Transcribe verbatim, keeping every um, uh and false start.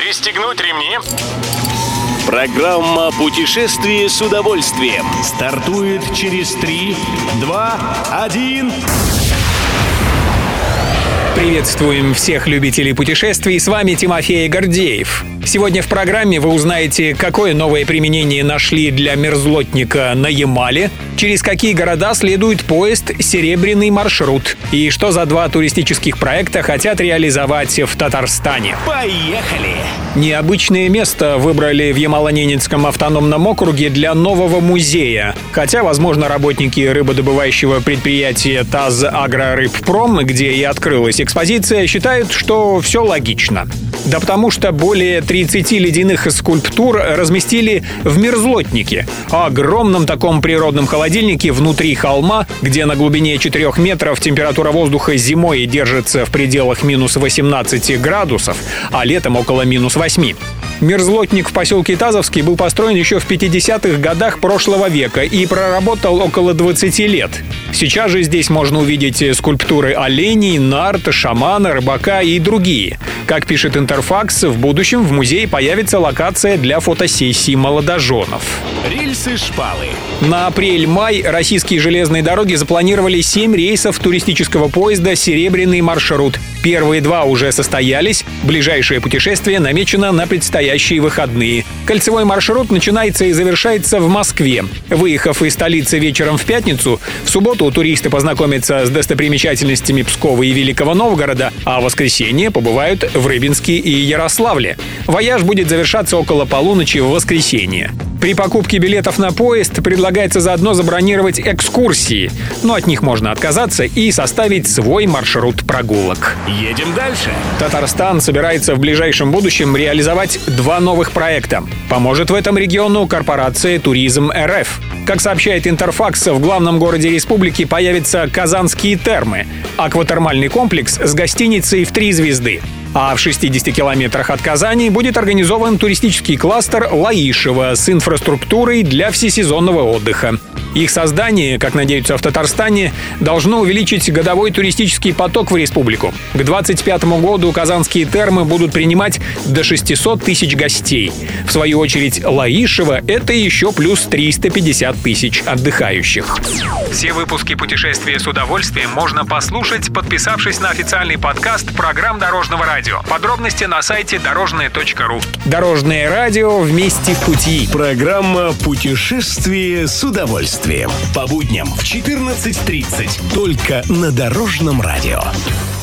Пристегнуть ремни. Программа «Путешествие с удовольствием» стартует через три, два, один. Приветствуем всех любителей путешествий, с вами Тимофей Гордеев. Сегодня в программе вы узнаете, какое новое применение нашли для мерзлотника на Ямале, через какие города следует поезд «Серебряный маршрут» и что за два туристических проекта хотят реализовать в Татарстане. Поехали! Необычное место выбрали в Ямало-Ненецком автономном округе для нового музея. Хотя, возможно, работники рыбодобывающего предприятия «Тазагрорыбпром», где и открылась экспозиция, считают, что все логично. Да потому что более тридцати ледяных скульптур разместили в мерзлотнике, огромном таком природном холодильнике внутри холма, где на глубине четырёх метров температура воздуха зимой держится в пределах минус восемнадцати градусов, а летом около минус восьми. Мерзлотник в поселке Тазовский был построен еще в пятидесятых годах прошлого века и проработал около двадцати лет. Сейчас же здесь можно увидеть скульптуры оленей, нарт, шамана, рыбака и другие. Как пишет Интерфакс, в будущем в музее появится локация для фотосессий молодоженов. Рельсы-шпалы. На апрель-май российские железные дороги запланировали семь рейсов туристического поезда «Серебряный маршрут». Первые два уже состоялись. Ближайшее путешествие намечено на предстоящие выходные. Кольцевой маршрут начинается и завершается в Москве. Выехав из столицы вечером в пятницу, в субботу туристы познакомятся с достопримечательностями Пскова и Великого Новгорода, а в воскресенье побывают в Рыбинске и Ярославле. Вояж будет завершаться около полуночи в воскресенье. При покупке билетов на поезд предлагается заодно забронировать экскурсии, но от них можно отказаться и составить свой маршрут прогулок. Едем дальше. Татарстан собирается в ближайшем будущем реализовать два новых проекта. Поможет в этом региону корпорация «Туризм РФ». Как сообщает Интерфакс, в главном городе республики появятся казанские термы – акватермальный комплекс с гостиницей в три звезды. А в шестидесяти километрах от Казани будет организован туристический кластер Лаишево с инфраструктурой для всесезонного отдыха. Их создание, как надеются в Татарстане, должно увеличить годовой туристический поток в республику. К двадцать пятому году казанские термы будут принимать до шестисот тысяч гостей. В свою очередь, Лаишево — это еще плюс триста пятьдесят тысяч отдыхающих. Все выпуски «Путешествия с удовольствием» можно послушать, подписавшись на официальный подкаст программ Дорожного радио. Подробности на сайте дорожное точка ру. Дорожное радио, вместе в пути. Программа «Путешествие с удовольствием». По будням в четырнадцать тридцать. Только на Дорожном радио.